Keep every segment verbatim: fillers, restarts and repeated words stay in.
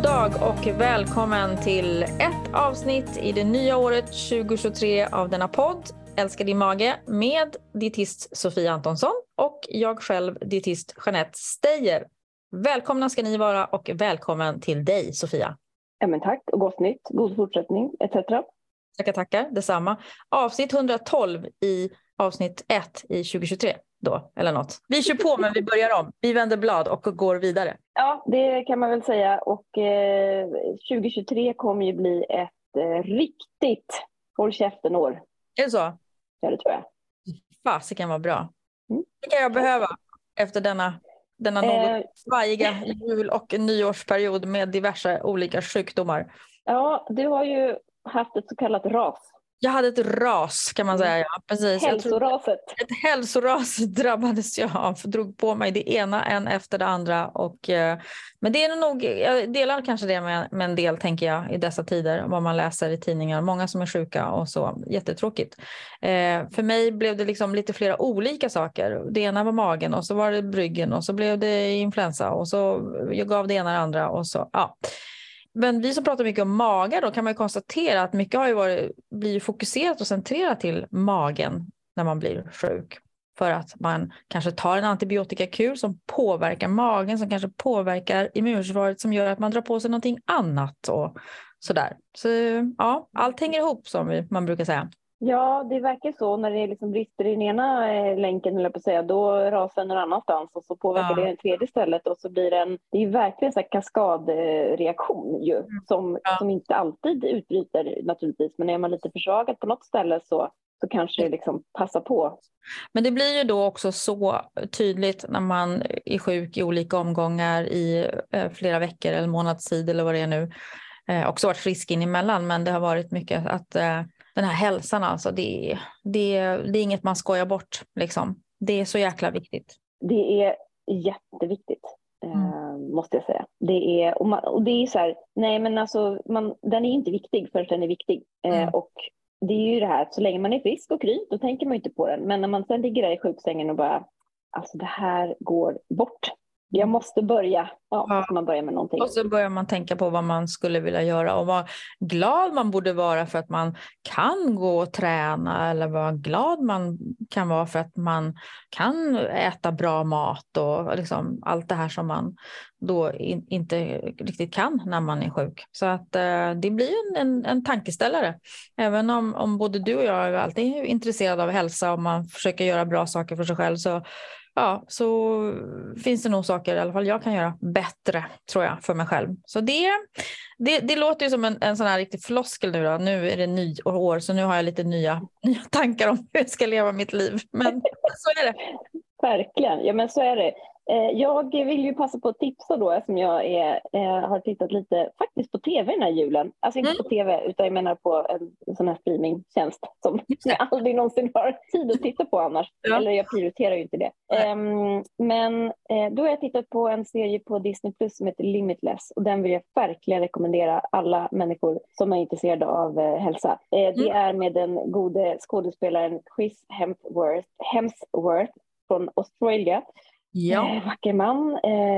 dag och välkommen till ett avsnitt i det nya året tjugo tjugotre av denna podd Älskar din mage med dietist Sofia Antonsson och jag själv dietist Jeanette Steyer. Välkomna ska ni vara och välkommen till dig Sofia. Ja, men tack och gott nytt, god fortsättning et cetera. Tackar, tackar, detsamma. Avsnitt hundratolv i avsnitt ett i tjugo tjugotre då, eller något. Vi kör på men vi börjar om. Vi vänder blad och går vidare. Ja, det kan man väl säga. Och eh, tjugo tjugotre kommer ju bli ett eh, riktigt håll käften år. Är det så? Ja, det tror jag. Fasiken var bra. Mm. Det kan jag behöva efter denna, denna Eh. något svajiga jul- och nyårsperiod med diverse olika sjukdomar. Ja, du har ju haft ett så kallat ras. Jag hade ett ras kan man säga. Ja, precis. Hälsoraset. Ett hälsoras drabbades jag av. Drog på mig det ena en efter det andra. Och, eh, men det är nog, jag delar kanske det med, med en del tänker jag i dessa tider. Vad man läser i tidningar. Många som är sjuka och så. Jättetråkigt. Eh, för mig blev det liksom lite flera olika saker. Det ena var magen och så var det bryggen och så blev det influensa. Och så jag gav det ena det andra och så, ja. Men vi som pratar mycket om magar då kan man ju konstatera att mycket har ju varit, blir fokuserat och centrerat till magen när man blir sjuk. För att man kanske tar en antibiotikakur som påverkar magen, som kanske påverkar immunförsvaret som gör att man drar på sig någonting annat och sådär. Så ja, allt hänger ihop som man brukar säga. Ja, det verkar så. När det liksom brister i den ena eh, länken, eller på att säga, då rasar någon annanstans och så påverkar ja. det den tredje stället. Och så blir det en, det är verkligen en kaskadreaktion ju, mm. som, ja. som inte alltid utbryter naturligtvis. Men är man lite försvagad på något ställe så, så kanske det liksom passar på. Men det blir ju då också så tydligt när man är sjuk i olika omgångar i eh, flera veckor eller månadstid eller vad det är nu. Eh, också varit frisk in emellan, men det har varit mycket att eh, den här hälsan alltså, det, det, det är inget man skojar bort liksom. Det är så jäkla viktigt. Det är jätteviktigt, mm. eh, måste jag säga. Det är, och, man, och det är så här, nej men alltså, man, den är inte viktig för att den är viktig. Eh, mm. Och det är ju det här, så länge man är frisk och kry, då tänker man inte på den. Men när man sen ligger där i sjuksängen och bara, alltså det här går bort. Jag måste börja, ja, måste man börja med någonting. Och så börjar man tänka på vad man skulle vilja göra och vad glad man borde vara för att man kan gå och träna eller vad glad man kan vara för att man kan äta bra mat och liksom allt det här som man då in, inte riktigt kan när man är sjuk. Så att eh, det blir en, en, en tankeställare. Även om, om både du och jag är alltid intresserade av hälsa och man försöker göra bra saker för sig själv så ja, så finns det nog saker i alla fall jag kan göra bättre, tror jag, för mig själv. Så det, det, det låter ju som en, en sån här riktig floskel nu då. Nu är det nyår, så nu har jag lite nya, nya tankar om hur jag ska leva mitt liv. Men så är det. Verkligen, ja men så är det. Jag vill ju passa på att tipsa då, eftersom jag är, har tittat lite faktiskt på tv den här julen. Alltså inte mm. på tv, utan jag menar på en sån här streamingtjänst som jag aldrig någonsin har tid att titta på annars. Ja. Eller jag prioriterar ju inte det. Um, men uh, då har jag tittat på en serie på Disney Plus som heter Limitless. Och den vill jag verkligen rekommendera alla människor som är intresserade av uh, hälsa. Uh, det mm. är med den gode skådespelaren Chris Hemsworth, Hemsworth från Australien. Ja. Eh, vacker man,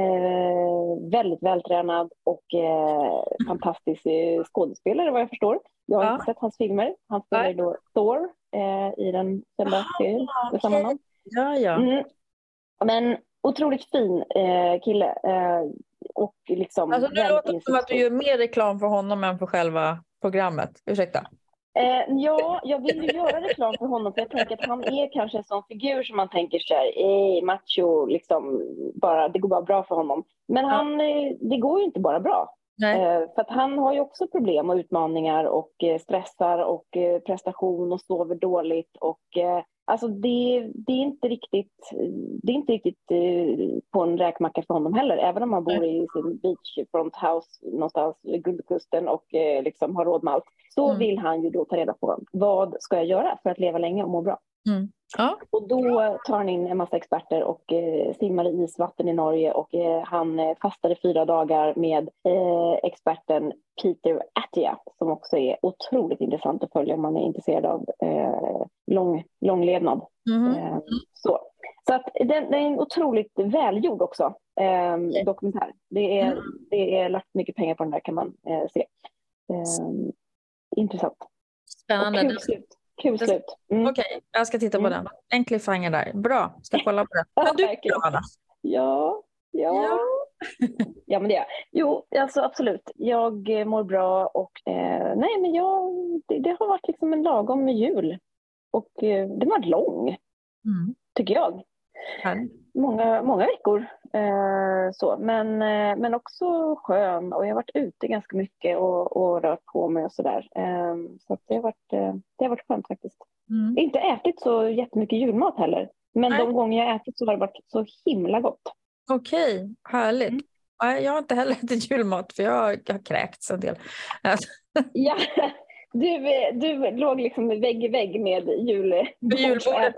eh, väldigt vältränad och eh, fantastisk eh, skådespelare vad jag förstår. Jag har ja. inte sett hans filmer. Han spelar då Thor eh, i den kända serien med samma namn. Ja, ja. Mm. Men otroligt fin eh, kille. Eh, och liksom alltså det låter som att du gör mer reklam för honom än för själva programmet. Ursäkta. Eh, ja, jag vill ju göra reklam för honom för jag tänker att han är kanske en sån figur som man tänker så här, ej, macho, liksom, bara, det går bara bra för honom. Men han, eh, det går ju inte bara bra. Eh, för att han har ju också problem och utmaningar och eh, stressar och eh, prestation och sover dåligt och eh, alltså det, det är inte riktigt det är inte riktigt eh, på en räkmacka för honom heller, även om han bor i sin beachfront house någonstans vid Guldkusten och eh, liksom har råd med allt. Så mm. vill han ju då ta reda på vad ska jag göra för att leva länge och må bra. Mm. Ja. Och då tar han in en massa experter och eh, simmar i isvatten i Norge och eh, han eh, fastade fyra dagar med eh, experten Peter Attia som också är otroligt intressant att följa om man är intresserad av eh, lång, långlevnad. Mm. Eh, så. Så att den, den är en otroligt välgjord också eh, dokumentär. Det är, mm. det är lagt mycket pengar på den där, kan man eh, se. Eh, intressant. Spännande. Och kul slut. Kul slut. Mm. Okej, okay, jag ska titta på mm. den. En cliffhanger där. Bra, ska kolla på den. Men du, Anna? Ja, ja. Ja. Ja, men det är. Jo, alltså absolut. Jag mår bra och eh, nej, men jag, det, det har varit liksom en lagom med jul. Och eh, det var lång, mm. tycker jag. Mm. Många, många veckor. Eh, så. Men, eh, men också skön. Och jag har varit ute ganska mycket och, och rört på mig och sådär. Eh, så att det, har varit, eh, det har varit skönt faktiskt. Mm. Jag har inte ätit så jättemycket julmat heller. Men nej. De gånger jag ätit så har det varit så himla gott. Okej, härligt. Mm. Nej, jag har inte heller ätit julmat för jag har, jag har kräkts en del. Ja, du, du låg liksom vägg i vägg med jul, julbordet.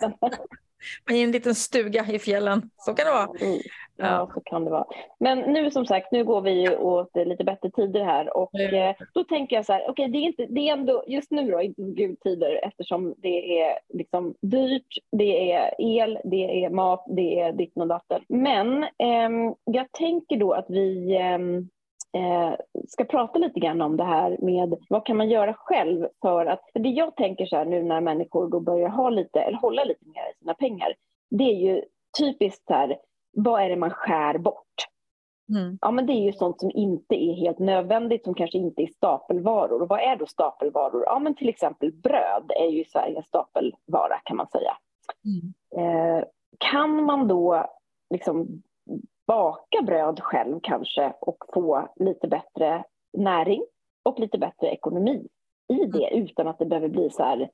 I en liten stuga i fjällen. Så kan det vara. Mm. Ja, ja, så kan det vara. Men nu som sagt, nu går vi åt lite bättre tider här. Och mm. då tänker jag så här, okej, okay, det är inte, det är ändå just nu då inte gudtider eftersom det är liksom dyrt, det är el, det är mat, det är ditt och datten. Men eh, jag tänker då att vi eh, eh, ska prata lite grann om det här med vad kan man göra själv för att, för det jag tänker så här nu när människor då börjar ha lite, eller hålla lite mer i sina pengar, det är ju typiskt så här, vad är det man skär bort? Mm. Ja, men det är ju sånt som inte är helt nödvändigt, som kanske inte är stapelvaror. Och vad är då stapelvaror? Ja, men till exempel bröd är ju i Sverige en stapelvara, kan man säga. Mm. Eh, kan man då liksom baka bröd själv kanske och få lite bättre näring och lite bättre ekonomi i det mm. utan att det behöver bli så här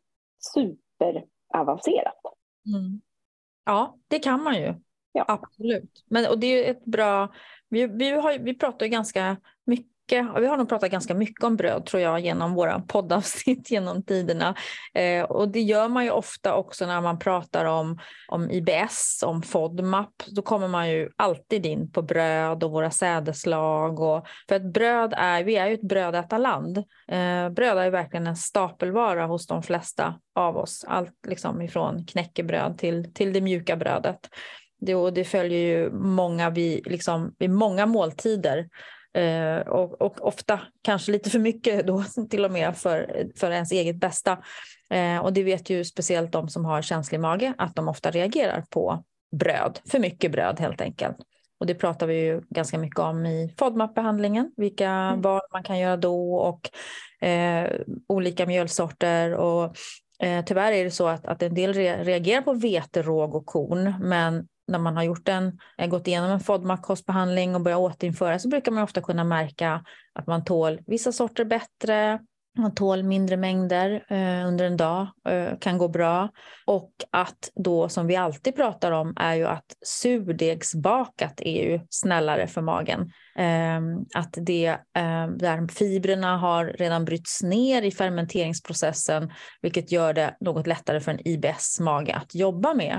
superavancerat? Mm. Ja, det kan man ju. Ja. Absolut. Men, och det är ju ett bra... Vi, vi, har, vi pratar ju ganska mycket... Vi har nog pratat ganska mycket om bröd, tror jag, genom våra poddavsnitt genom tiderna. Eh, och det gör man ju ofta också när man pratar om, om I B S, om FODMAP. Då kommer man ju alltid in på bröd och våra sädeslag. Och, för att bröd är... Vi är ju ett brödätarland. Eh, bröd är ju verkligen en stapelvara hos de flesta av oss. Allt liksom ifrån knäckebröd till, till det mjuka brödet. Det, och det följer ju många vid, liksom, vid många måltider eh, och, och ofta kanske lite för mycket då, till och med för, för ens eget bästa. Eh, och det vet ju speciellt de som har känslig mage att de ofta reagerar på bröd, för mycket bröd helt enkelt. Och det pratar vi ju ganska mycket om i FODMAP-behandlingen, vilka mm. val man kan göra då och eh, olika mjölsorter och eh, tyvärr är det så att, att en del re- reagerar på vete, råg och korn, men när man har gjort en, gått igenom en FODMAP-kostbehandling och börjar återinföra så brukar man ofta kunna märka att man tål vissa sorter bättre, man tål mindre mängder eh, under en dag, eh, kan gå bra. Och att då, som vi alltid pratar om, är ju att surdegsbakat är ju snällare för magen. Eh, att det, eh, där fibrerna har redan brytts ner i fermenteringsprocessen, vilket gör det något lättare för en I B S-mage att jobba med.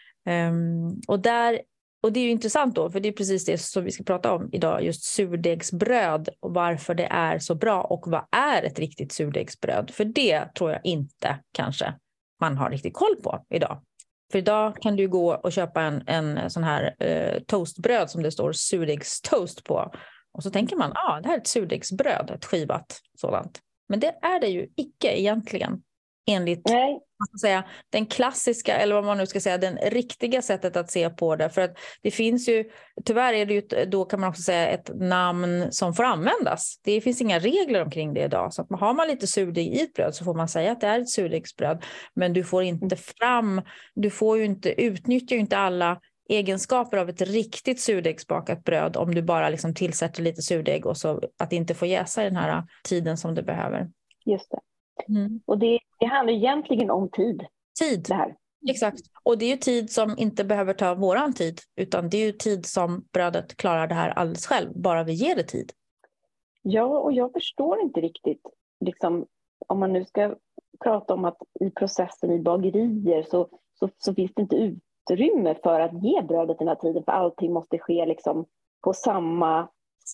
Um, och, där, och det är ju intressant då, för det är precis det som vi ska prata om idag, just surdegsbröd och varför det är så bra och vad är ett riktigt surdegsbröd, för det tror jag inte kanske man har riktigt koll på idag. För idag kan du gå och köpa en, en sån här eh, toastbröd som det står surdegstoast på och så tänker man, ja ah, det här är ett surdegsbröd, ett skivat sådant, men det är det ju icke egentligen. Enligt man ska säga, den klassiska, eller vad man nu ska säga, den riktiga sättet att se på det. För att det finns ju, tyvärr är det ju, då kan man också säga ett namn som får användas. Det finns inga regler omkring det idag. Så att har man lite surdeg i ett bröd så får man säga att det är ett surdegsbröd. Men du får inte fram, du får ju inte, utnyttjar ju inte alla egenskaper av ett riktigt surdegsbakat bröd om du bara liksom tillsätter lite surdeg och så att det inte får jäsa i den här tiden som det behöver. Just det. Mm. Och det, det handlar egentligen om tid. Tid, det här. Exakt. Och det är ju tid som inte behöver ta våran tid, utan det är ju tid som brödet klarar det här alldeles själv, bara vi ger det tid. Ja, och jag förstår inte riktigt, liksom, om man nu ska prata om att i processen i bagerier så, så, så finns det inte utrymme för att ge brödet den här tiden, för allting måste ske liksom på samma sätt.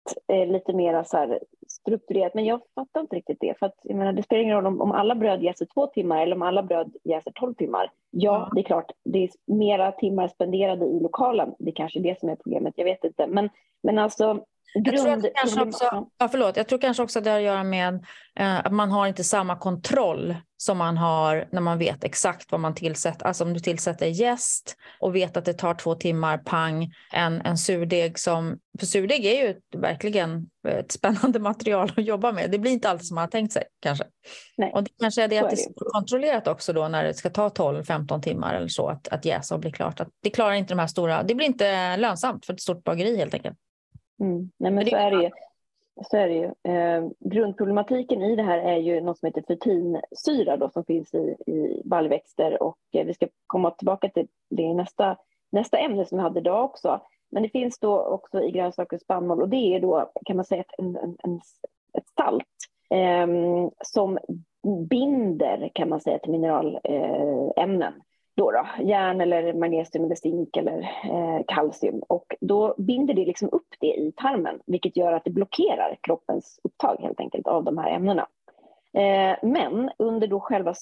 eh, lite mer så här strukturerat. Men jag fattar inte riktigt det. För att, jag menar, det spelar ingen roll om, om alla bröd jäser två timmar eller om alla bröd jäser tolv timmar. Ja, Ja. det är klart. Det är mera timmar spenderade i lokalen. Det är kanske är det som är problemet. Jag vet inte. Men, men alltså... Jag tror, att det kanske Grundproblem- också, ja, förlåt, jag tror kanske också att det har att göra med eh, att man har inte samma kontroll som man har när man vet exakt vad man tillsätter. Alltså om du tillsätter jäst och vet att det tar två timmar pang, en, en surdeg som... För surdeg är ju ett, verkligen ett spännande material att jobba med. Det blir inte alltid som man har tänkt sig kanske. Nej. Och det kanske är det Så att är det det är kontrollerat också då när det ska ta tolv femton timmar eller så att, att jäsa och bli klart. Att det klarar inte de här stora... Det blir inte lönsamt för ett stort bageri helt enkelt. Mm. Nej, men så är det ju. Så är det ju. Eh, grundproblematiken i det här är ju något som heter fytinsyra då, som finns i, i baljväxter, och eh, vi ska komma tillbaka till det i nästa, nästa ämne som vi hade idag också. Men det finns då också i grönsaker och spannmål, och det är då, kan man säga, ett, en, en, en, ett salt eh, som binder, kan man säga, till mineralämnen. Eh, Då då, järn eller magnesium eller zink eller eh, kalcium, och då binder det liksom upp det i tarmen, vilket gör att det blockerar kroppens upptag helt enkelt av de här ämnena. Eh, men under då själva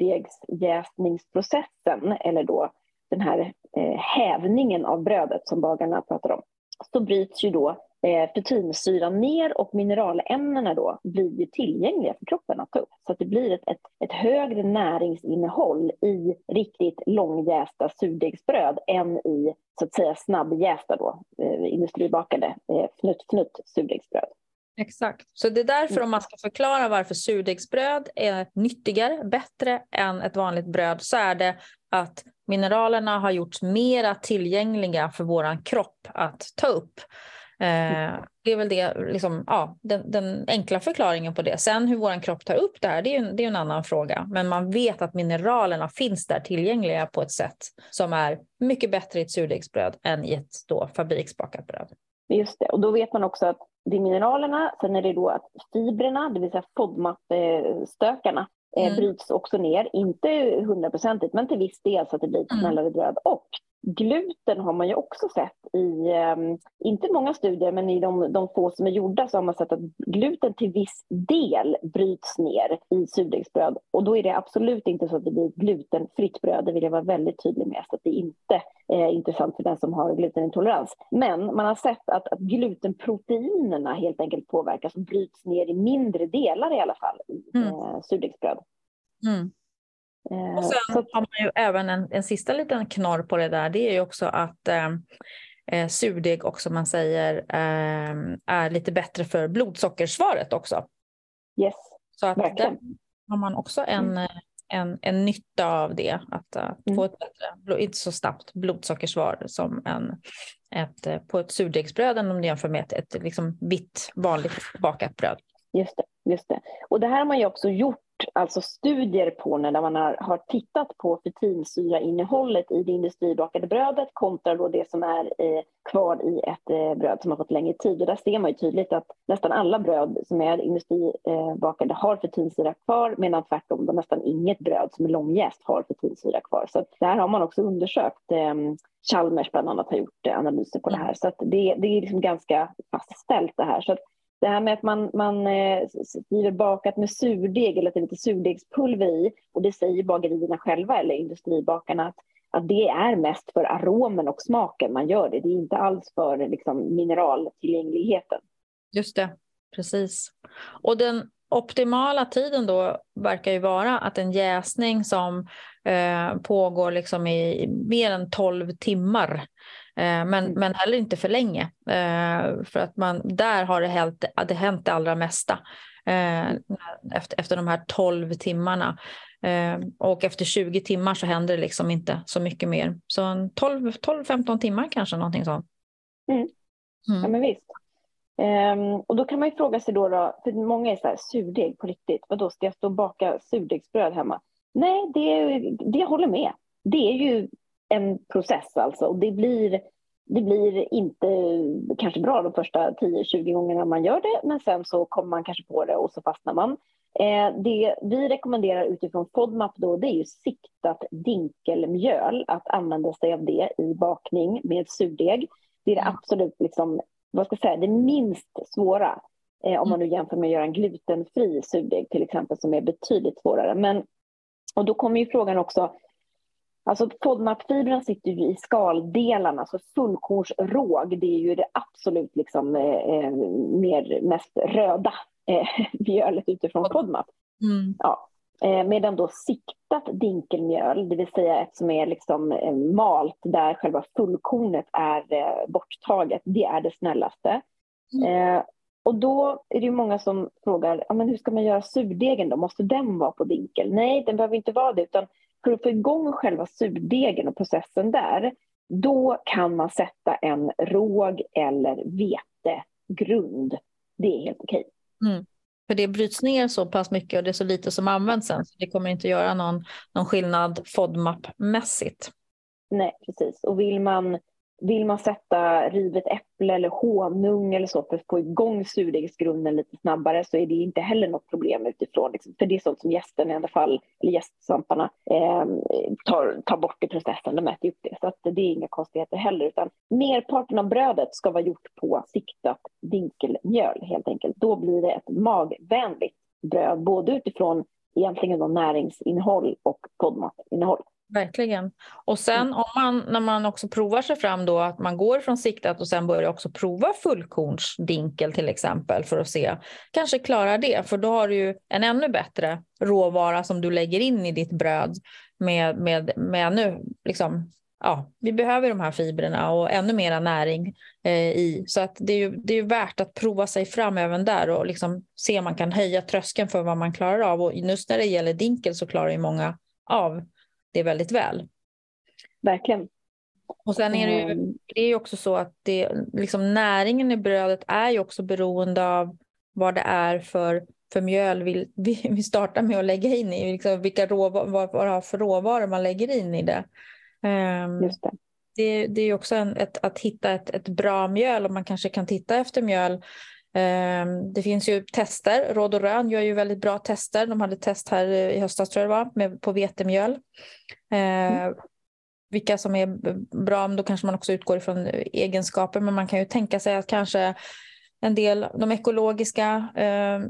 surdegsjäsningsprocessen, eller då den här eh, hävningen av brödet som bagarna pratar om, så bryts ju då eh, fytinsyran ner, och mineralämnena då blir ju tillgängliga för kroppen att ta upp. Så att det blir ett, ett, ett högre näringsinnehåll i riktigt långjästa surdegsbröd än i, så att säga, snabbjästa då, eh, industribakade eh, fnutt, fnutt surdegsbröd. Exakt. Så det är därför, om man ska förklara varför surdegsbröd är nyttigare, bättre än ett vanligt bröd, så är det att mineralerna har gjorts mera tillgängliga för våran kropp att ta upp. Eh, det är väl det, liksom, ja, den, den enkla förklaringen på det. Sen hur våran kropp tar upp det här, det är ju det är en annan fråga. Men man vet att mineralerna finns där tillgängliga på ett sätt som är mycket bättre i ett surdegsbröd än i ett då fabriksbakat bröd. Just det, och då vet man också att det är mineralerna, sen är det då att fibrerna, det vill säga FODMAP-stökarna, mm. bryts också ner, inte hundraprocentigt, men till viss del, så att det blir ett snällare bröd. Och gluten har man ju också sett i, um, inte många studier, men i de, de få som är gjorda, så har man sett att gluten till viss del bryts ner i surdegsbröd. Och då är det absolut inte så att det blir ett glutenfritt bröd, det vill jag vara väldigt tydlig med, så att det inte är intressant för den som har glutenintolerans. Men man har sett att, att glutenproteinerna helt enkelt påverkas och bryts ner i mindre delar i alla fall i mm. eh, surdegsbröd. Mm. Och sen så har man ju även en, en sista liten knorr på det där. Det är ju också att eh, surdeg också, man säger, eh, är lite bättre för blodsockersvaret också. Yes, så att verkligen. där har man också en, mm. en, en nytta av det. Att, att mm. få ett bättre, inte så snabbt blodsockersvar som en, ett, på ett surdegsbröd, än om det jämför med ett, ett liksom vitt vanligt bakat bröd. Just det, just det. Och det här har man ju också gjort, alltså studier på, när man har, har tittat på fytinsyra-innehållet i det industribakade brödet kontra då det som är eh, kvar i ett eh, bröd som har fått längre tid. Och där ser man ju tydligt att nästan alla bröd som är industribakade har fytinsyra kvar, medan tvärtom då nästan inget bröd som är långjäst har fytinsyra kvar. Så det här har man också undersökt. Eh, Chalmers bland annat har gjort eh, analyser på det här. Så att det, det är liksom ganska fastställt det här. Så att det här med att man, man eh, skriver bakat med surdeg eller att det är lite surdegspulver i, och det säger bagerierna själva eller industribakarna att, att det är mest för aromen och smaken man gör det. Det är inte alls för liksom, mineraltillgängligheten. Just det, precis. Och den optimala tiden då verkar ju vara att en jäsning som eh, pågår liksom i mer än tolv timmar. Men, mm. men heller inte för länge, eh, för att man, där har det hänt det, hänt det allra mesta eh, efter, efter de här tolv timmarna. Eh, och efter tjugo timmar så händer det liksom inte så mycket mer. Så en tolv femton timmar kanske, någonting sånt. Mm. Mm. Ja, men visst. Um, och då kan man ju fråga sig då, då för många är så här, surdeg på riktigt, vadå, ska jag stå och baka surdegsbröd hemma? Nej, det, det jag håller med. Det är ju en process alltså, och det blir, det blir inte kanske bra de första tio tjugo gångerna man gör det, men sen så kommer man kanske på det och så fastnar man. Eh, det vi rekommenderar utifrån FODMAP då, det är ju siktat dinkelmjöl, att använda sig av det i bakning med surdeg. Det är det absolut liksom vad ska jag säga, det minst svåra. Eh, om man nu jämför med att göra en glutenfri surdeg till exempel, som är betydligt svårare. Men, och då kommer ju frågan också, alltså FODMAP-fibrerna sitter ju i skaldelarna, så fullkornsråg, det är ju det absolut liksom eh, mer, mest röda eh, mjölet utifrån FODMAP. Mm. Ja. Eh, medan då siktat dinkelmjöl, det vill säga ett som är liksom eh, malt där själva fullkornet är eh, borttaget, det är det snällaste. Mm. Eh, och då är det ju många som frågar, ja, men hur ska man göra surdegen då? Måste den vara på dinkel? Nej, den behöver inte vara det, utan för att få igång själva surdegen och processen där, då kan man sätta en råg eller vetegrund. Det är helt okej. Mm. För det bryts ner så pass mycket och det är så lite som används sen, så det kommer inte göra någon, någon skillnad FODMAP-mässigt. Nej, precis. Och vill man, vill man sätta rivet äpple eller honung eller så för att få igång surdegsgrunden lite snabbare, så är det inte heller något problem utifrån. Liksom. För det är sånt som gästen i alla fall, eller gästsvamparna, eh, tar, tar bort i processen. De äter upp det. Så att det är inga konstigheter heller. Utan merparten av brödet ska vara gjort på siktat dinkelmjöl helt enkelt. Då blir det ett magvänligt bröd, både utifrån egentligen då näringsinnehåll och FODMAP-innehåll. Verkligen. Och sen om man, när man också provar sig fram då, att man går från siktat och sen börjar också prova fullkornsdinkel till exempel, för att se, kanske klarar det, för då har du ju en ännu bättre råvara som du lägger in i ditt bröd med, med, med nu liksom, ja, vi behöver de här fibrerna och ännu mera näring eh, i, så att det är ju, det är ju värt att prova sig fram även där och liksom se om man kan höja tröskeln för vad man klarar av. Och just när det gäller dinkel så klarar ju många av det är väldigt väl. Verkligen. Och sen är det ju, det är ju också så att det, liksom näringen i brödet är ju också beroende av vad det är för, för mjöl vi, vi, vi startar med att lägga in i. Liksom vilka råvar, vad, vad det har för råvaror man lägger in i det. Um, Just det. Det, det är ju också en, ett, att hitta ett, ett bra mjöl, och man kanske kan titta efter mjöl. Um, det finns ju tester, Råd och Rön gör ju väldigt bra tester. De hade test här i höstas tror jag det var, med, på vetemjöl. Uh, mm. Vilka som är bra, då kanske man också utgår ifrån egenskaper, men man kan ju tänka sig att kanske en del, de ekologiska, uh,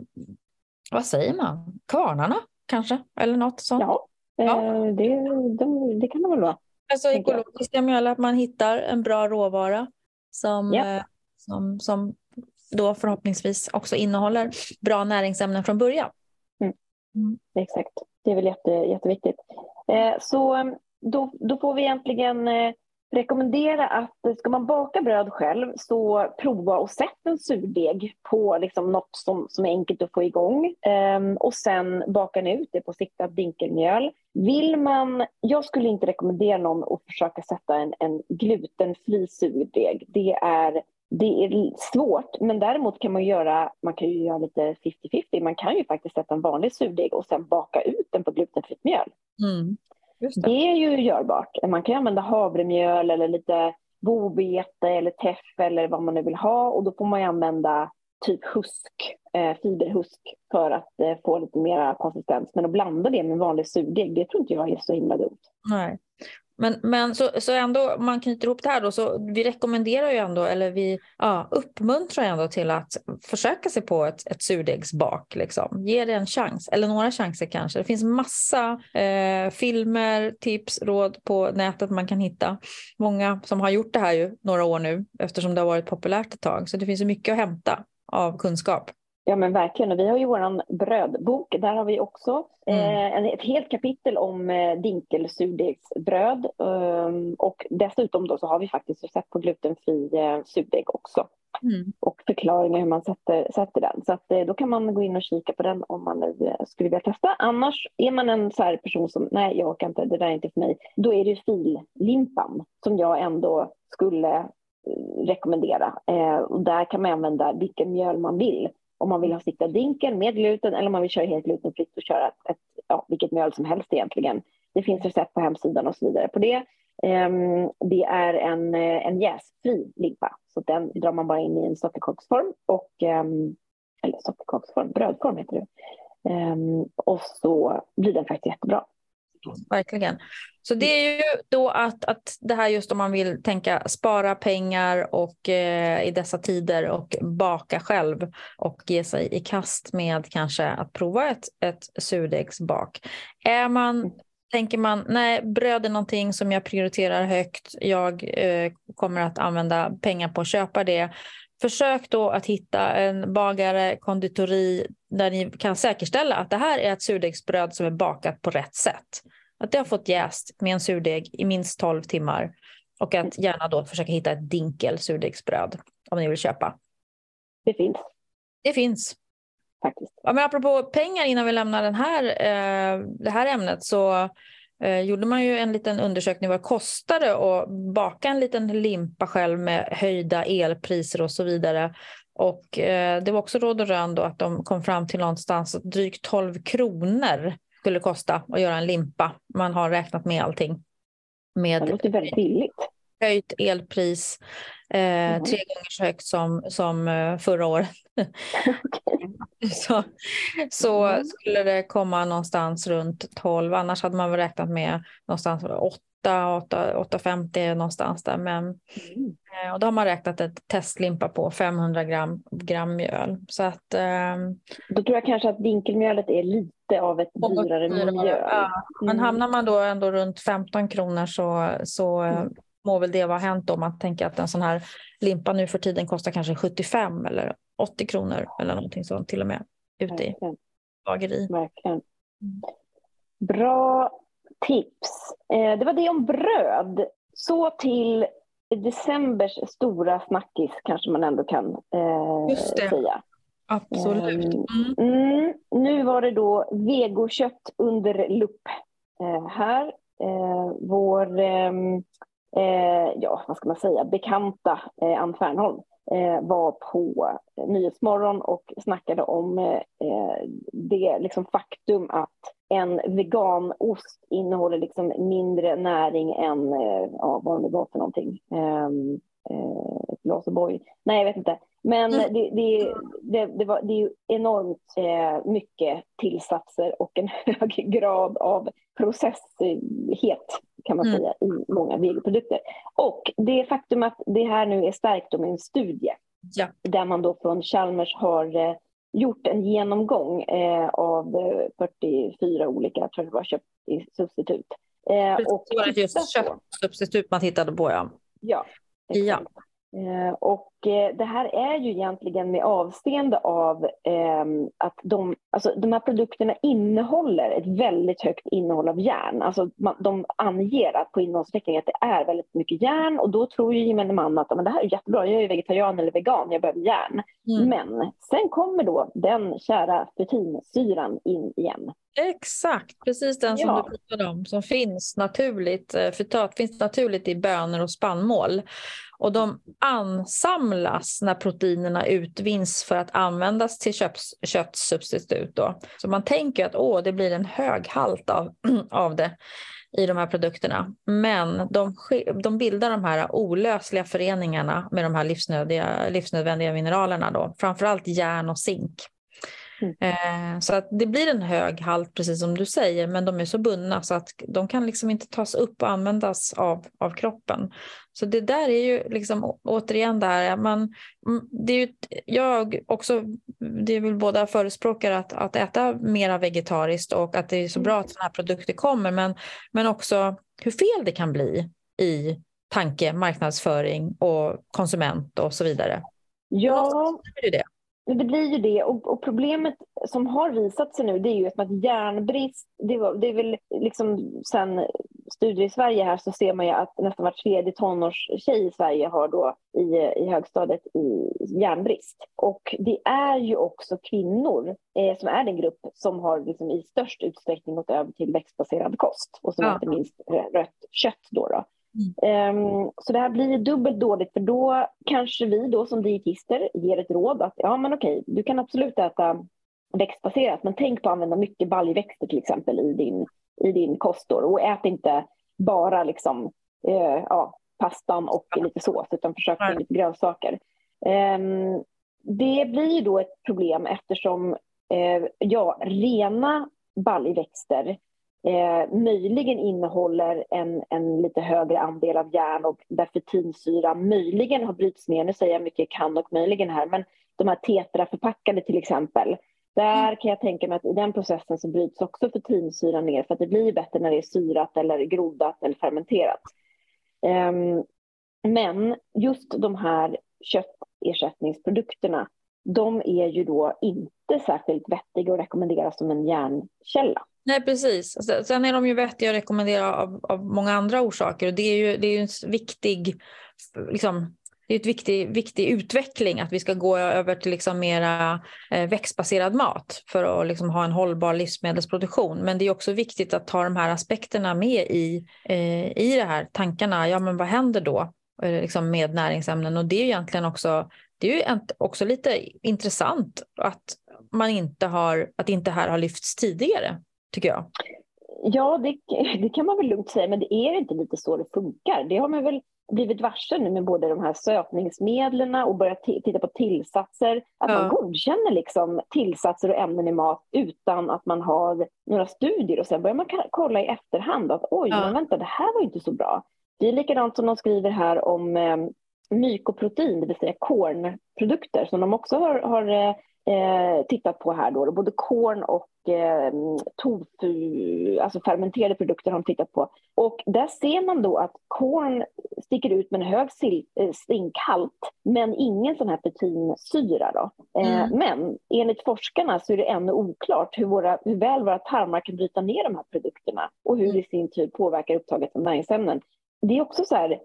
vad säger man? Kvarnarna kanske, eller något sånt. Ja, ja. Uh, det, de, det kan det väl vara. Alltså ekologiska mjöl, att man hittar en bra råvara som, ja. uh, som, som då förhoppningsvis också innehåller bra näringsämnen från början. Mm. Mm. Exakt, det är väl jätte, jätteviktigt. Eh, så då, då får vi egentligen eh, rekommendera att ska man baka bröd själv, så prova och sätt en surdeg på liksom något som, som är enkelt att få igång. Eh, och sen bakar ni ut det på siktat dinkelmjöl. Vill man, jag skulle inte rekommendera någon att försöka sätta en, en glutenfri surdeg. Det är Det är svårt, men däremot kan man göra, man kan ju göra lite femtio femtio. Man kan ju faktiskt sätta en vanlig surdeg och sen baka ut den på glutenfritt mjöl. Mm, just det. Det är ju görbart. Man kan använda havremjöl eller lite bovete eller teff eller vad man nu vill ha. Och då får man ju använda typ husk, eh, fiberhusk för att eh, få lite mer konsistens. Men att blanda det med en vanlig surdeg, det tror inte jag är så himla dumt. Nej. Men, men så, så ändå, man knyter ihop det här då, så vi rekommenderar ju ändå, eller vi ja, uppmuntrar ändå till att försöka sig på ett, ett surdegsbak. Liksom. Ge det en chans, eller några chanser kanske. Det finns massa eh, filmer, tips, råd på nätet man kan hitta. Många som har gjort det här ju några år nu, eftersom det har varit populärt ett tag. Så det finns ju mycket att hämta av kunskap. Ja men verkligen, och vi har ju våran brödbok, där har vi också mm. eh, ett helt kapitel om eh, dinkelsurdegsbröd um, och dessutom då så har vi faktiskt recept på glutenfri eh, surdeg också mm. och förklaringar hur man sätter, sätter den, så att, eh, då kan man gå in och kika på den om man nu eh, skulle vilja testa. Annars är man en så här person som, nej jag orkar inte, det där är inte för mig, då är det ju fillimpan som jag ändå skulle eh, rekommendera eh, och där kan man använda vilken mjöl man vill. Om man vill ha siktad dinkel med gluten eller om man vill köra helt glutenfritt och köra ett, ett, ja, vilket mjöl som helst egentligen. Det finns recept på hemsidan och så vidare på det. Um, det är en, en jäsfri limpa. Så den drar man bara in i en sockerkaksform. Och, um, eller sockerkaksform, brödform heter det. Um, och så blir den faktiskt jättebra. verkligen. Så det är ju då att, att det här just om man vill tänka spara pengar och eh, i dessa tider och baka själv och ge sig i kast med kanske att prova ett, ett surdegsbak. Är man, tänker man, nej, bröd är någonting som jag prioriterar högt, jag eh, kommer att använda pengar på att köpa det. Försök då att hitta en bagare, konditori där ni kan säkerställa att det här är ett surdegsbröd som är bakat på rätt sätt. Att det har fått jäst med en surdeg i minst tolv timmar. Och att gärna då försöka hitta ett dinkel surdegsbröd om ni vill köpa. Det finns. Det finns. Faktiskt. Ja, men apropå pengar innan vi lämnar den här, eh, det här ämnet så eh, gjorde man ju en liten undersökning vad det kostade att baka en liten limpa själv med höjda elpriser och så vidare. Och eh, det var också råd och rön då att de kom fram till någonstans att drygt tolv kronor skulle kosta att göra en limpa. Man har räknat med allting. Med det låter väldigt billigt. Höjt elpris, eh, mm. tre gånger så högt som, som eh, förra året. så så mm. skulle det komma någonstans runt tolv. Annars hade man väl räknat med någonstans åtta, åtta, åtta femtio någonstans där. Men, mm. eh, och då har man räknat ett testlimpa på femhundra gram, gram mjöl. Så att, eh, då tror jag kanske att dinkelmjölet är lite av ett dyrare mjöl. Ja. Men mm. hamnar man då ändå runt femton kronor så, så mm. må väl det vara hänt om man tänker att en sån här limpa nu för tiden kostar kanske sjuttiofem eller åttio kronor eller någonting sånt till och med ute i bageri. Verkligen. Bra tips. Eh, det var det om bröd. Så till decembers stora snackis kanske man ändå kan eh, Just det. säga. Absolut. Mm. Mm, nu var det då vegokött under lupp eh, här. Eh, vår eh, eh, ja, vad ska man säga, bekanta eh, Ann Fernholm eh, var på Nyhetsmorgon och snackade om eh, det liksom faktum att en veganost innehåller liksom mindre näring än eh, ja, vad det var för någonting. Eh, eh, ett glas O'boy. Nej, jag vet inte. Men det, det, det, det, var, det är ju enormt eh, mycket tillsatser och en hög grad av processhet kan man mm. säga i många vegoprodukter. Och det faktum att det här nu är stärkt med en studie ja. där man då från Chalmers har eh, gjort en genomgång eh, av fyrtiofyra olika, jag tror det var köpt i substitut. Eh, och det var just köttsubstitut man tittade på, ja. Ja, ja. Eh, och eh, det här är ju egentligen med avseende av eh, att de, alltså, de här produkterna innehåller ett väldigt högt innehåll av järn. Alltså man, de anger att på innehållsförteckningen att det är väldigt mycket järn, och då tror ju gemene man att men det här är jättebra, jag är vegetarian eller vegan, jag behöver järn. Mm. Men sen kommer då den kära fettinsyran in igen. Exakt, precis den som ja. du pratade om, som finns naturligt, fetat finns naturligt i bönor och spannmål. Och de ansamlas när proteinerna utvinns för att användas till köps, köttsubstitut då. Så man tänker att åh, det blir en hög halt av, av det i de här produkterna. Men de, de bildar de här olösliga föreningarna med de här livsnödiga, livsnödvändiga mineralerna då. Framförallt järn och zink. Mm. Eh, så att det blir en hög halt precis som du säger, men de är så bundna så att de kan liksom inte tas upp och användas av, av kroppen. Så det där är ju liksom återigen där man, det är ju, jag också, det är väl båda förespråkar att, att äta mera vegetariskt och att det är så bra att sådana här produkter kommer, men, men också hur fel det kan bli i tanke, marknadsföring och konsument och så vidare. Ja, det är det. Det blir ju det, och, och problemet som har visat sig nu, det är ju att järnbrist, det, var, det är väl liksom sen studier i Sverige här så ser man ju att nästan var tredje tonårstjej i Sverige har då i, i högstadiet i järnbrist. Och det är ju också kvinnor eh, som är den grupp som har liksom i störst utsträckning gått över till växtbaserad kost och som ja. inte minst rött kött då då. Mm. Um, så det här blir dubbelt dåligt, för då kanske vi då som dietister ger ett råd att ja men okej, du kan absolut äta växtbaserat, men tänk på att använda mycket baljväxter till exempel i din, i din kost då, och ät inte bara liksom eh, ja, pastan och lite sås, utan försök med lite grönsaker. Um, det blir ju då ett problem eftersom eh, ja, rena baljväxter eh, möjligen innehåller en, en lite högre andel av järn och där fetinsyra möjligen har bryts ner. Nu säger jag mycket kan och möjligen här, men de här tetraförpackade till exempel. Där kan jag tänka mig att i den processen så bryts också fetinsyra ner för att det blir bättre när det är syrat eller grodat eller fermenterat. Um, men just de här köttersättningsprodukterna, de är ju då inte särskilt vettiga att rekommendera som en järnkälla. Nej, precis. Sen är de ju vettiga att rekommendera av, av många andra orsaker. Och det är ju, det är ju en viktig, liksom, det är ett viktig, viktig utveckling att vi ska gå över till liksom mera eh, växtbaserad mat för att liksom ha en hållbar livsmedelsproduktion. Men det är också viktigt att ta de här aspekterna med i, eh, i det här tankarna. Ja, men vad händer då eh, liksom med näringsämnen? Och det är ju egentligen också, det är ju också lite intressant att man inte har, att inte här har lyfts tidigare, tycker jag. Ja, det, det kan man väl lugnt säga, men det är inte lite så det funkar. Det har man väl blivit varse nu med både de här sötningsmedlen och börjat t- titta på tillsatser. Att ja. man godkänner liksom tillsatser och ämnen i mat utan att man har några studier. Och sen börjar man k- kolla i efterhand att oj, ja. men vänta, det här var ju inte så bra. Det är likadant som de skriver här om eh, mykoprotein, det vill säga kornprodukter som de också har, har eh, tittat på här då. Både korn och eh, tofu, alltså fermenterade produkter har de tittat på. Och där ser man då att korn sticker ut med en hög zinkhalt men ingen sån här pektinsyra då. Eh, mm. Men enligt forskarna så är det ännu oklart hur, våra, hur väl våra tarmar kan bryta ner de här produkterna och hur det i sin tur påverkar upptaget av näringsämnen. Det är också så här,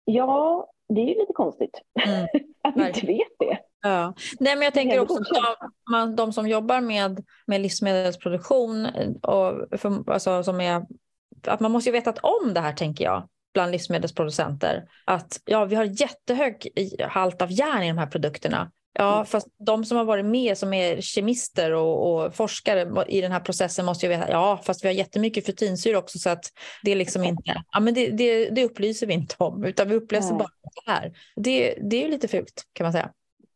ja, det är ju lite konstigt mm. att vi inte vet det. Ja. Nej, men jag tänker också att de, de som jobbar med, med livsmedelsproduktion och för, alltså, som är, att man måste ju veta om det här, tänker jag, bland livsmedelsproducenter. Att ja, vi har jättehög halt av järn i de här produkterna. Ja, mm. fast de som har varit med som är kemister och, och forskare i den här processen måste ju veta, ja, fast vi har jättemycket fetinsyra också så att det är liksom inte, ja men det, det, det upplyser vi inte om utan vi upplyser mm. bara det här. Det, det är ju lite fult, kan man säga.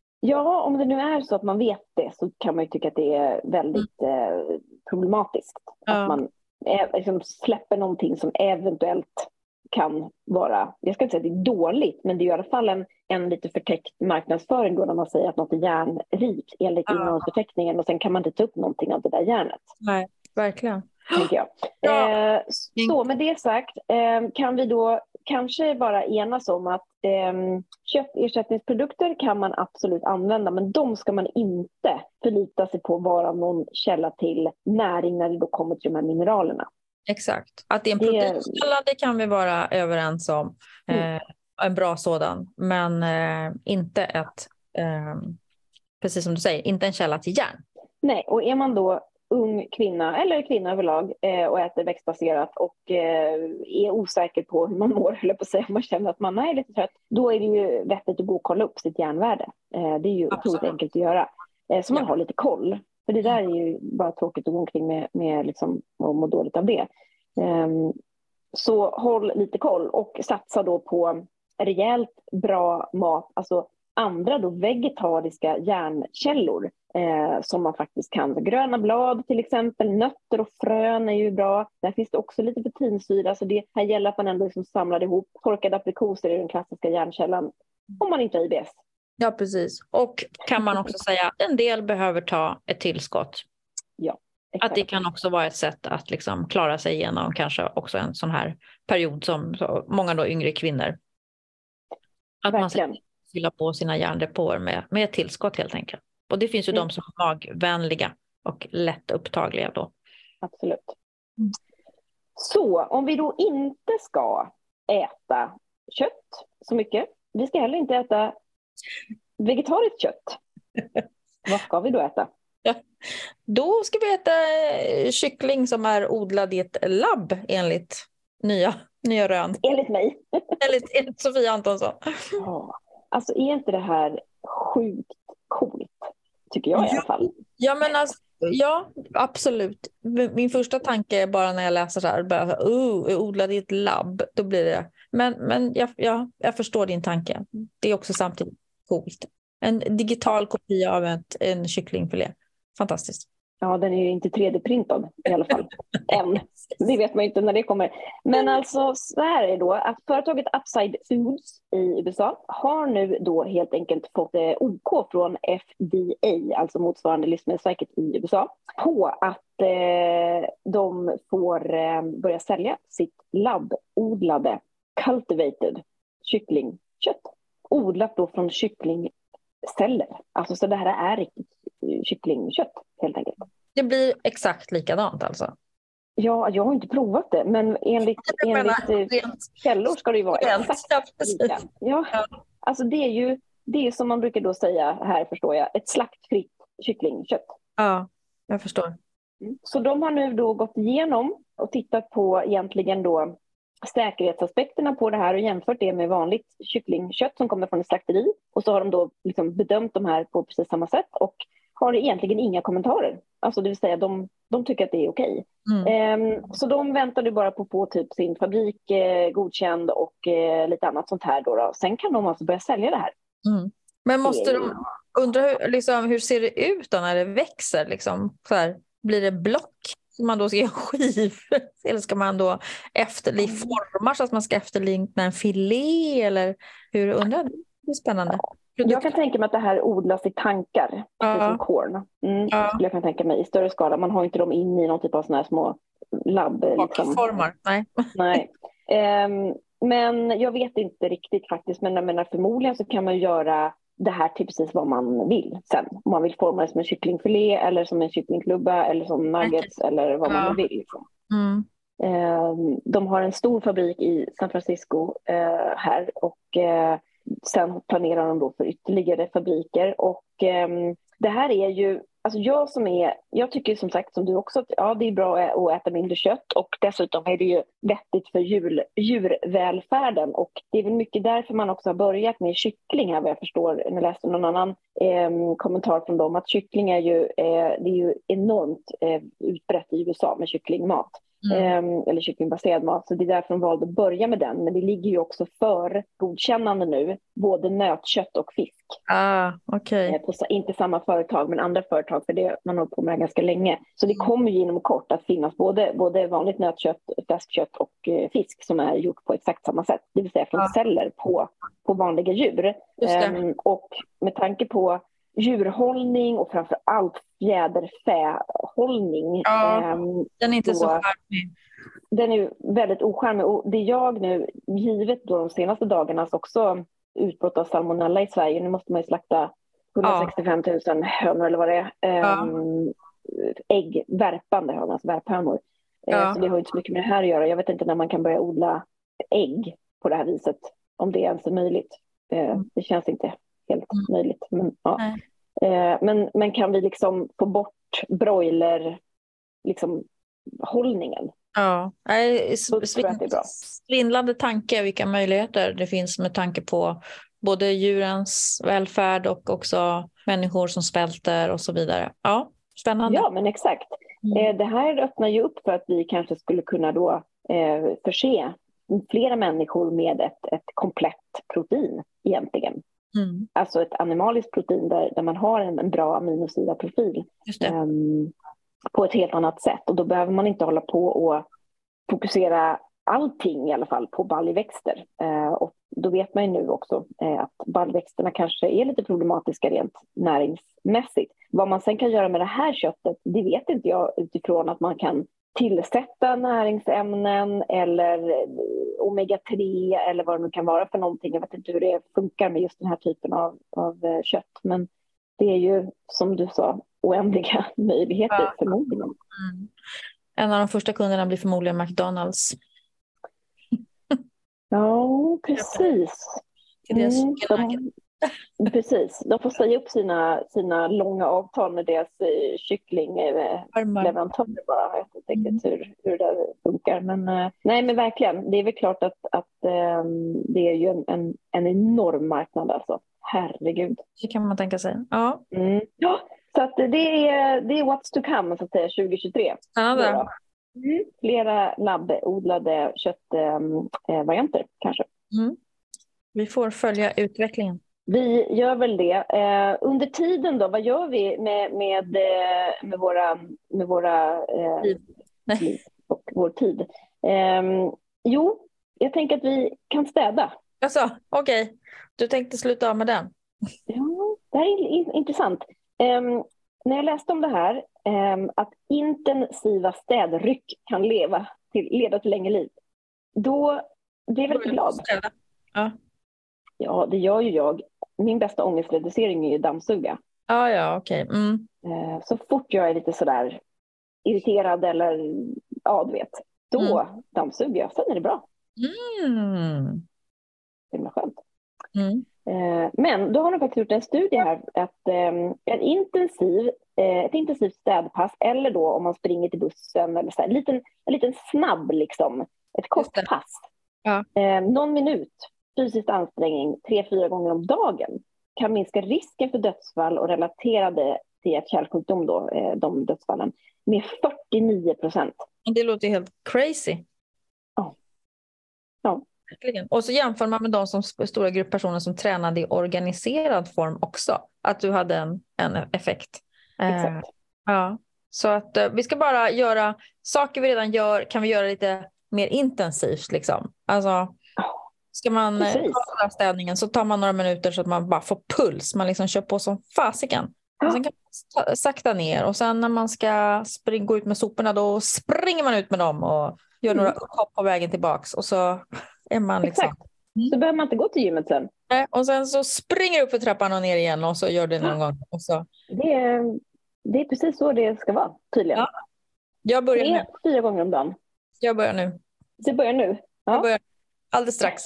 Ja, om det nu är så att man vet det så kan man ju tycka att det är väldigt mm. eh, problematiskt. Ja. Att man eh, liksom släpper någonting som eventuellt kan vara, jag ska inte säga att det är dåligt, men det är i alla fall en, en lite förtäckt marknadsföring då när man säger att något är järnrikt enligt ja. innehållsförteckningen och sen kan man inte ta upp någonting av det där järnet. Nej, verkligen. Tänker jag. Ja. Eh, så med det sagt eh, kan vi då kanske bara enas om att eh, köttersättningsprodukter kan man absolut använda, men de ska man inte förlita sig på att vara någon källa till näring när det då kommer till de här mineralerna. Exakt. Att det är en proteinkälla, det kan vi vara överens om. Mm. Eh, en bra sådan. Men eh, inte ett, eh, precis som du säger, inte en källa till järn. Nej, och är man då ung kvinna eller kvinna överlag eh, och äter växtbaserat och eh, är osäker på hur man mår, eller på att säga, om man känner att man är lite trött, då är det ju vettigt att gå och kolla upp sitt järnvärde. Eh, det är ju otroligt enkelt att göra. Eh, så man ja. har lite koll. För det där är ju bara tråkigt att gå omkring med, med liksom, och må dåligt av det. Um, så håll lite koll och satsa då på rejält bra mat, alltså andra då vegetariska järnkällor eh, som man faktiskt kan. Gröna blad till exempel, nötter och frön är ju bra. Där finns det också lite proteinsyra, så det här gäller att man ändå liksom samlar ihop. Torkade aprikoser är den klassiska järnkällan om man inte har I B S. Ja, precis. Och kan man också säga att en del behöver ta ett tillskott. Ja, exakt. Att det kan också vara ett sätt att liksom klara sig igenom kanske också en sån här period som så många då yngre kvinnor. Att verkligen. Man ska fylla på sina järndepåer med, med ett tillskott helt enkelt. Och det finns ju mm. de som är magvänliga och lätt upptagliga då. Absolut. Mm. Så om vi då inte ska äta kött så mycket. Vi ska heller inte äta vegetariskt kött. Vad ska vi då äta? Ja, då ska vi äta kyckling som är odlad i ett labb enligt nya, nya rön. Enligt mig. enligt, enligt Sofia Antonsson. Ja, alltså är inte det här sjukt coolt? Tycker jag i alla fall. Ja, men alltså, ja, absolut. Min första tanke är bara när jag läser så här, bara, oh, odlad i ett labb, då blir det. Men, men jag, ja, jag förstår din tanke. Det är också samtidigt coolt. En digital kopia av ett, en kycklingfilé. Fantastiskt. Ja, den är ju inte tre D-printad i alla fall. Än. Det vet man ju inte när det kommer. Men alltså så här är det då att företaget Upside Foods i U S A har nu då helt enkelt fått eh, OK från F D A, alltså motsvarande Livsmedelsverket i U S A, på att eh, de får eh, börja sälja sitt labbodlade cultivated kycklingkött. Odlat då från kycklingceller. Alltså så det här är riktigt kycklingkött helt enkelt. Det blir exakt likadant alltså? Ja, jag har inte provat det, men enligt, enligt menar, källor ska det ju vara exakt lika. Ja, alltså det är ju det är som man brukar då säga här, förstår jag, ett slaktfritt kycklingkött. Ja, jag förstår. Så de har nu då gått igenom och tittat på egentligen då säkerhetsaspekterna på det här och jämfört det med vanligt kycklingkött som kommer från ett slakteri. Och så har de då liksom bedömt de här på precis samma sätt och har egentligen inga kommentarer. Alltså det vill säga de, de tycker att det är okej. Mm. Um, så de väntar bara på att få typ sin fabrik eh, godkänd och eh, lite annat sånt här. Då, då. Sen kan de alltså börja sälja det här. Mm. Men måste de undra hur, liksom, hur ser det ut då när det växer? Liksom? Så här, blir det block som man då ska göra skiv? Eller ska man då efterlikna formar så att man ska efterlikna en filé? Eller hur undrar du? Det är spännande. Jag kan tänka mig att det här odlas i tankar, precis som korn. Mm, ja. Skulle jag kan tänka mig i större skala. Man har inte dem in i någon typ av såna här små labb. Liksom. Formar, nej. nej. Um, men jag vet inte riktigt faktiskt. Men jag menar, förmodligen så kan man göra det här till precis vad man vill sen. Om man vill forma det som en kycklingfilé eller som en kycklingklubba eller som nuggets okay. eller vad ja. man vill. Liksom. Mm. Um, de har en stor fabrik i San Francisco uh, här och uh, sen planerar de då för ytterligare fabriker och eh, det här är ju, alltså jag som är, jag tycker som sagt som du också att ja, det är bra att äta mindre kött och dessutom är det ju vettigt för djur, djurvälfärden och det är väl mycket därför man också har börjat med kyckling här vad jag förstår när jag läste någon annan eh, kommentar från dem att kyckling är ju, eh, det är ju enormt eh, utbrett i U S A med kycklingmat. Mm. eller kycklingbaserad mat, så det är därför de valde att börja med den, men det ligger ju också för godkännande nu, både nötkött och fisk. Ah, okej. Okay. Inte samma företag, men andra företag, för det man har på med det ganska länge. Så det kommer ju inom kort att finnas både, både vanligt nötkött, fläskkött och eh, fisk som är gjort på exakt samma sätt, det vill säga från ah. celler på, på vanliga djur. Um, och med tanke på djurhållning och framför allt fjäderfähållning. Ja, um, den är inte så charmig. Den är ju väldigt ocharmig. Och det jag nu, givet då de senaste dagarnas också utbrott av salmonella i Sverige, nu måste man ju slakta hundrasextiofem tusen hönor eller vad det är. Ja. Um, ägg, värpande hönor, alltså värphönor. Ja. Uh, så det har ju inte så mycket med det här att göra. Jag vet inte när man kan börja odla ägg på det här viset. Om det ens är möjligt. Uh, mm. Det känns inte helt mm. möjligt. Men, ja. eh, men, men kan vi liksom få bort broiler liksom, hållningen? Ja, svindlande tanke vilka möjligheter det finns med tanke på både djurens välfärd och också människor som svälter och så vidare. Ja, spännande. Ja, men exakt. Mm. Eh, det här öppnar ju upp för att vi kanske skulle kunna då eh, förse flera människor med ett, ett komplett protein egentligen. Mm. Alltså ett animaliskt protein där, där man har en, en bra aminosyraprofil um, på ett helt annat sätt. Och då behöver man inte hålla på och fokusera allting i alla fall på baljväxter. Uh, och då vet man ju nu också uh, att baljväxterna kanske är lite problematiska rent näringsmässigt. Vad man sen kan göra med det här köttet, det vet inte jag utifrån att man kan tillsätta näringsämnen eller omega tre eller vad det nu kan vara för någonting. Jag vet inte hur det funkar med just den här typen av, av kött. Men det är ju, som du sa, oändliga möjligheter ja. förmodligen. Mm. En av de första kunderna blir förmodligen McDonalds. Ja, precis. Mm, de, precis. De får säga upp sina, sina långa avtal med deras eh, kycklingleverantörer bara. Jag vet inte riktigt hur, hur det funkar. Men, eh, nej, men verkligen. Det är väl klart att, att eh, det är ju en, en, en enorm marknad alltså. Herregud. Det kan man tänka sig. Ja. Mm. Ja, så att det är, det är what's to come så att säga tjugo tjugotre. Ja, det. Mm. Flera labbodlade köttvarianter eh, kanske. Mm. Vi får följa utvecklingen. Vi gör väl det. Eh, under tiden då, vad gör vi med, med, eh, med våra, med våra eh, liv och vår tid? Eh, jo, jag tänker att vi kan städa. Alltså, okej. Okay. Du tänkte sluta av med den? Ja, det här är in, intressant. Eh, när jag läste om det här, eh, att intensiva städryck kan leva till, leda till längre liv, då blev jag väldigt glad. Ja. Ja, det gör ju jag. Min bästa ångestreducering är ju dammsuga. Ah, ja, okej. Okay. Mm. Eh, så fort jag är lite sådär irriterad eller, ja, du vet, då mm. dammsuger jag. Sen är det bra. Mm. Det är skönt. Mm. Eh, men då har de faktiskt gjort en studie här att eh, en intensiv, eh, ett intensivt städpass, eller då om man springer till bussen eller så här, en liten, en liten snabb liksom, ett kort pass. Ja. Eh, någon minut fysisk ansträngning tre, fyra gånger om dagen kan minska risken för dödsfall och relaterade till hjärt-kärlsjukdom då, eh, de dödsfallen, med fyrtionio procent. Det låter helt crazy. Ja. Ja. Och så jämför man med de som stora grupp personer som tränade i organiserad form också. Att du hade en, en effekt. Exakt. Eh, ja. Så att eh, vi ska bara göra saker vi redan gör, kan vi göra lite mer intensivt liksom. Alltså ska man eh, ta städningen så tar man några minuter så att man bara får puls. Man liksom kör på som fasiken. Och sen kan man ta, sakta ner. Och sen när man ska spring, gå ut med soporna, då springer man ut med dem och gör mm. några upphopp på vägen tillbaks. Och så är man liksom... Exakt. Så behöver man inte gå till gymmet sen. Och sen så springer du upp för trappan och ner igen och så gör det någon gång. Och så... det, är, det är precis så det ska vara, tydligen. Ja. Jag börjar Tre, nu. fyra gånger om dagen. Jag börjar nu. Du börjar nu? Ja. Jag börjar alldeles strax.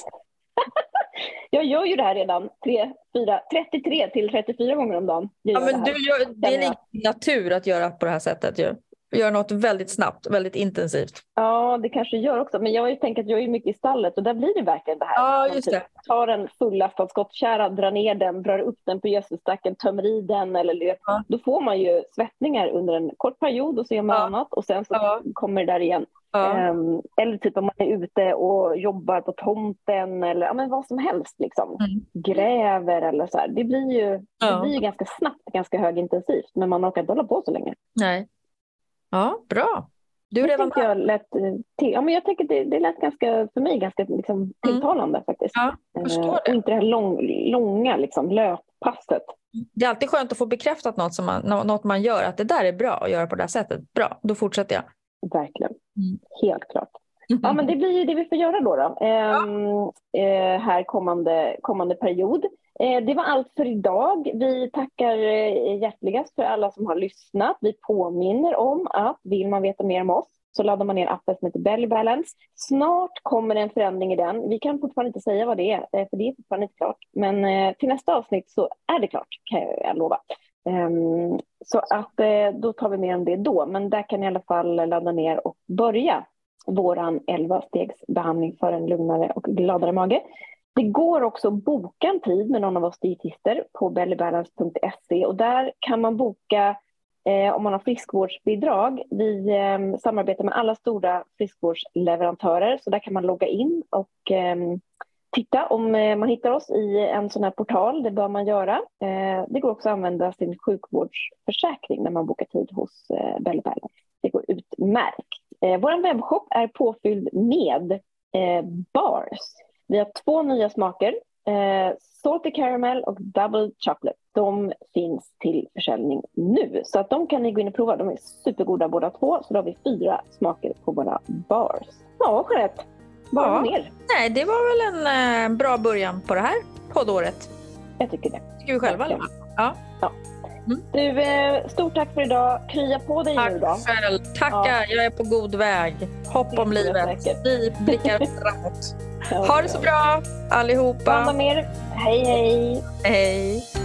Jag gör ju det här redan. tre, fyra, trettiotre till trettiofyra gånger om dagen. Ja, men det, du gör, det är lite natur att göra på det här sättet. Ju. Gör något väldigt snabbt, väldigt intensivt. Ja, det kanske gör också. Men jag har ju tänkt att jag är mycket i stallet och där blir det verkligen det här. Ja, just det. Tar en fullastad skottkärra, drar ner den, drar upp den på gödselstacken, tömmer i den. Eller, ja. Då får man ju svettningar under en kort period och så gör man ja. annat. Och sen så ja. kommer det där igen. Ja. Um, eller typ om man är ute och jobbar på tomten eller ja, men vad som helst. Liksom. Mm. Gräver eller så här. Det blir ju, ja. det blir ju ganska snabbt, ganska högintensivt. Men man orkar inte hålla på så länge. Nej. Ja, bra. Du redan jag lät till. Ja, men jag tänker det, det lät ganska för mig ganska liksom, tilltalande mm. faktiskt. Ja, jag förstår det. Och inte det här lång, långa liksom, löppasset. Det är alltid skönt att få bekräftat något, som man, något man gör, att det där är bra att göra på det här sättet. Bra, då fortsätter jag. Verkligen, mm. helt klart. Ja, men det blir ju det vi får göra då. då. Ehm, ja. eh, här kommande, kommande period. Eh, det var allt för idag. Vi tackar eh, hjärtligast för alla som har lyssnat. Vi påminner om att vill man veta mer om oss så laddar man ner appen som heter Belly Balance. Snart kommer en förändring i den. Vi kan fortfarande inte säga vad det är, eh, för det är fortfarande inte klart. Men eh, till nästa avsnitt så är det klart, kan jag lova. Um, så att eh, då tar vi mer om det då. Men där kan ni i alla fall ladda ner och börja våran elva-stegsbehandling för en lugnare och gladare mage. Det går också att boka en tid med någon av oss dietister på bellybalance punkt se och där kan man boka eh, om man har friskvårdsbidrag. Vi eh, samarbetar med alla stora friskvårdsleverantörer så där kan man logga in och eh, titta om eh, man hittar oss i en sån här portal. Det bör man göra. Eh, det går också att använda sin sjukvårdsförsäkring när man bokar tid hos eh, Belly Balance. Det går utmärkt. Eh, Vår webbshop är påfylld med eh, bars. Vi har två nya smaker. Eh, Salty Caramel och Double Chocolate. De finns till försäljning nu. Så att de kan ni gå in och prova. De är supergoda båda två. Så då har vi fyra smaker på våra bars. Ja, Jeanette. Vad ja. mer? Nej, det var väl en eh, bra början på det här poddåret. Jag tycker det. Tycker vi själva. Ja. Ja. ja. Mm. Du, eh, stort tack för idag. Krya på dig tack nu då. Själv. Tackar, ja. Jag är på god väg. Hopp om livet. Vi blickar framåt. Ha det så bra allihopa. Stanna mer. Hej, hej. Hej.